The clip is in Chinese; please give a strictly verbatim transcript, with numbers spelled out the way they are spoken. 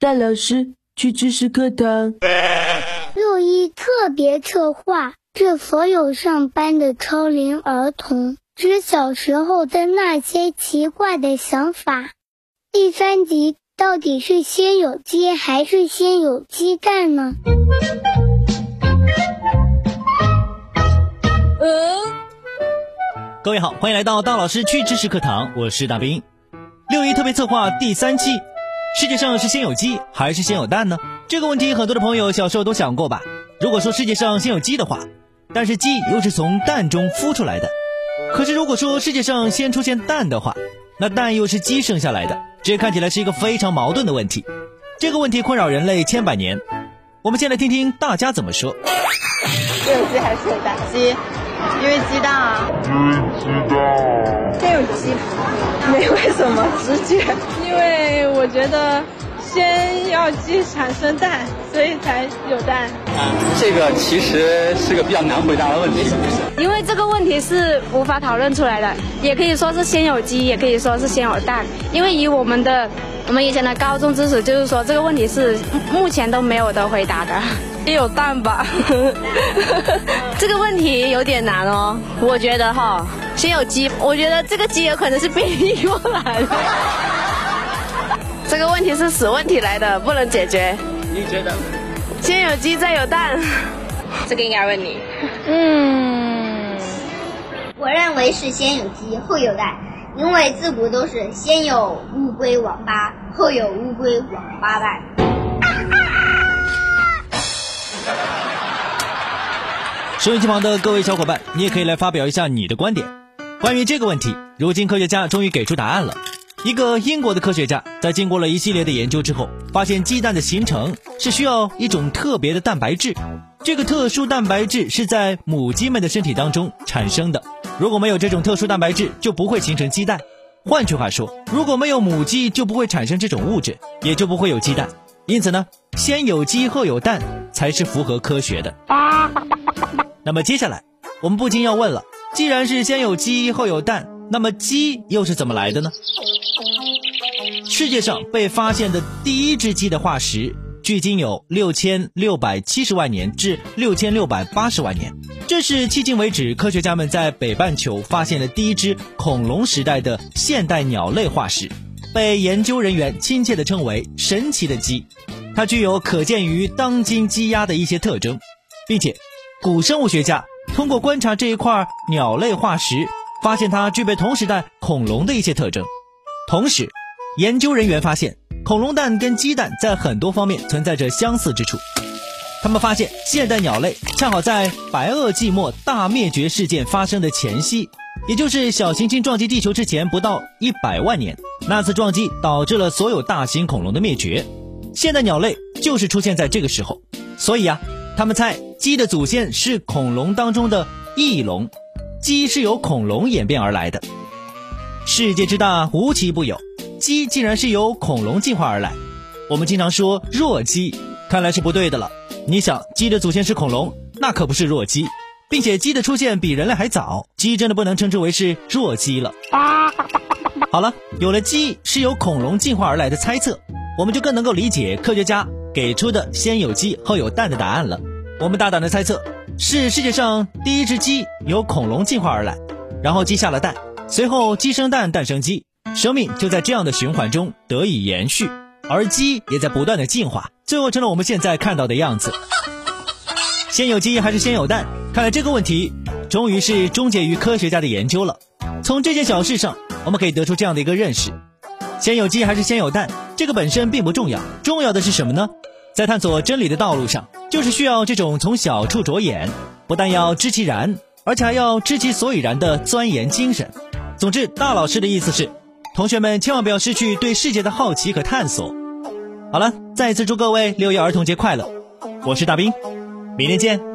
大老师去知识课堂。 六一特别策划，致所有上班的超龄儿童，知小时候的那些奇怪的想法。第三集，到底是先有鸡还是先有鸡蛋呢？ 嗯，各位好，欢迎来到大老师去知识课堂，我是大兵。六一特别策划第三期，世界上是先有鸡还是先有蛋呢？这个问题很多的朋友小时候都想过吧。如果说世界上先有鸡的话，但是鸡又是从蛋中孵出来的。可是如果说世界上先出现蛋的话，那蛋又是鸡生下来的，这看起来是一个非常矛盾的问题。这个问题困扰人类千百年。我们先来听听大家怎么说。 先有鸡还是有蛋？鸡，因为鸡蛋啊。 因为鸡蛋。 先有鸡，没为什么直觉， 因为我觉得先要鸡产生蛋，所以才有蛋。 啊，这个其实是个比较难回答的问题。 因为这个问题是无法讨论出来的，也可以说是先有鸡，也可以说是先有蛋。因为以我们的我们以前的高中知识，就是说这个问题是目前都没有得回答的。 先有蛋吧。 这个问题有点难哦，我觉得哈，先有鸡，我觉得这个鸡有可能是变异过来的。这个问题是死问题来的，不能解决。 你觉得？ 先有鸡再有蛋，这个应该问你。 嗯，我认为是先有鸡后有蛋，因为自古都是先有乌龟王八，后有乌龟王八蛋。 收音机旁的各位小伙伴，你也可以来发表一下你的观点。关于这个问题，如今科学家终于给出答案了。一个英国的科学家在经过了一系列的研究之后，发现鸡蛋的形成是需要一种特别的蛋白质，这个特殊蛋白质是在母鸡们的身体当中产生的。如果没有这种特殊蛋白质，就不会形成鸡蛋。换句话说，如果没有母鸡，就不会产生这种物质，也就不会有鸡蛋。因此呢，先有鸡后有蛋才是符合科学的。那么接下来我们不禁要问了，既然是先有鸡后有蛋，那么鸡又是怎么来的呢？世界上被发现的第一只鸡的化石距今有六千六百七十万年至六千六百八十万年，这是迄今为止科学家们在北半球发现的第一只恐龙时代的现代鸟类化石，被研究人员亲切地称为神奇的鸡。它具有可见于当今鸡鸭的一些特征，并且古生物学家通过观察这一块鸟类化石，发现它具备同时代恐龙的一些特征。同时研究人员发现恐龙蛋跟鸡蛋在很多方面存在着相似之处。他们发现现代鸟类恰好在白垩纪末大灭绝事件发生的前夕，也就是小行星撞击地球之前不到一百万年，那次撞击导致了所有大型恐龙的灭绝，现代鸟类就是出现在这个时候。所以啊，他们猜鸡的祖先是恐龙当中的翼龙，鸡是由恐龙演变而来的。世界之大无奇不有，鸡竟然是由恐龙进化而来。我们经常说弱鸡，看来是不对的了。你想，鸡的祖先是恐龙，那可不是弱鸡，并且鸡的出现比人类还早，鸡真的不能称之为是弱鸡了。好了，有了鸡是由恐龙进化而来的猜测，我们就更能够理解科学家给出的先有鸡后有蛋的答案了。我们大胆的猜测，是世界上第一只鸡由恐龙进化而来，然后鸡下了蛋，随后鸡生蛋，蛋生鸡，生命就在这样的循环中得以延续，而鸡也在不断的进化，最后成了我们现在看到的样子。先有鸡还是先有蛋？看来这个问题终于是终结于科学家的研究了。从这件小事上，我们可以得出这样的一个认识：先有鸡还是先有蛋，这个本身并不重要，重要的是什么呢？在探索真理的道路上，就是需要这种从小处着眼，不但要知其然，而且还要知其所以然的钻研精神。总之，大老师的意思是，同学们千万不要失去对世界的好奇和探索。好了，再次祝各位六一儿童节快乐！我是大兵，明天见。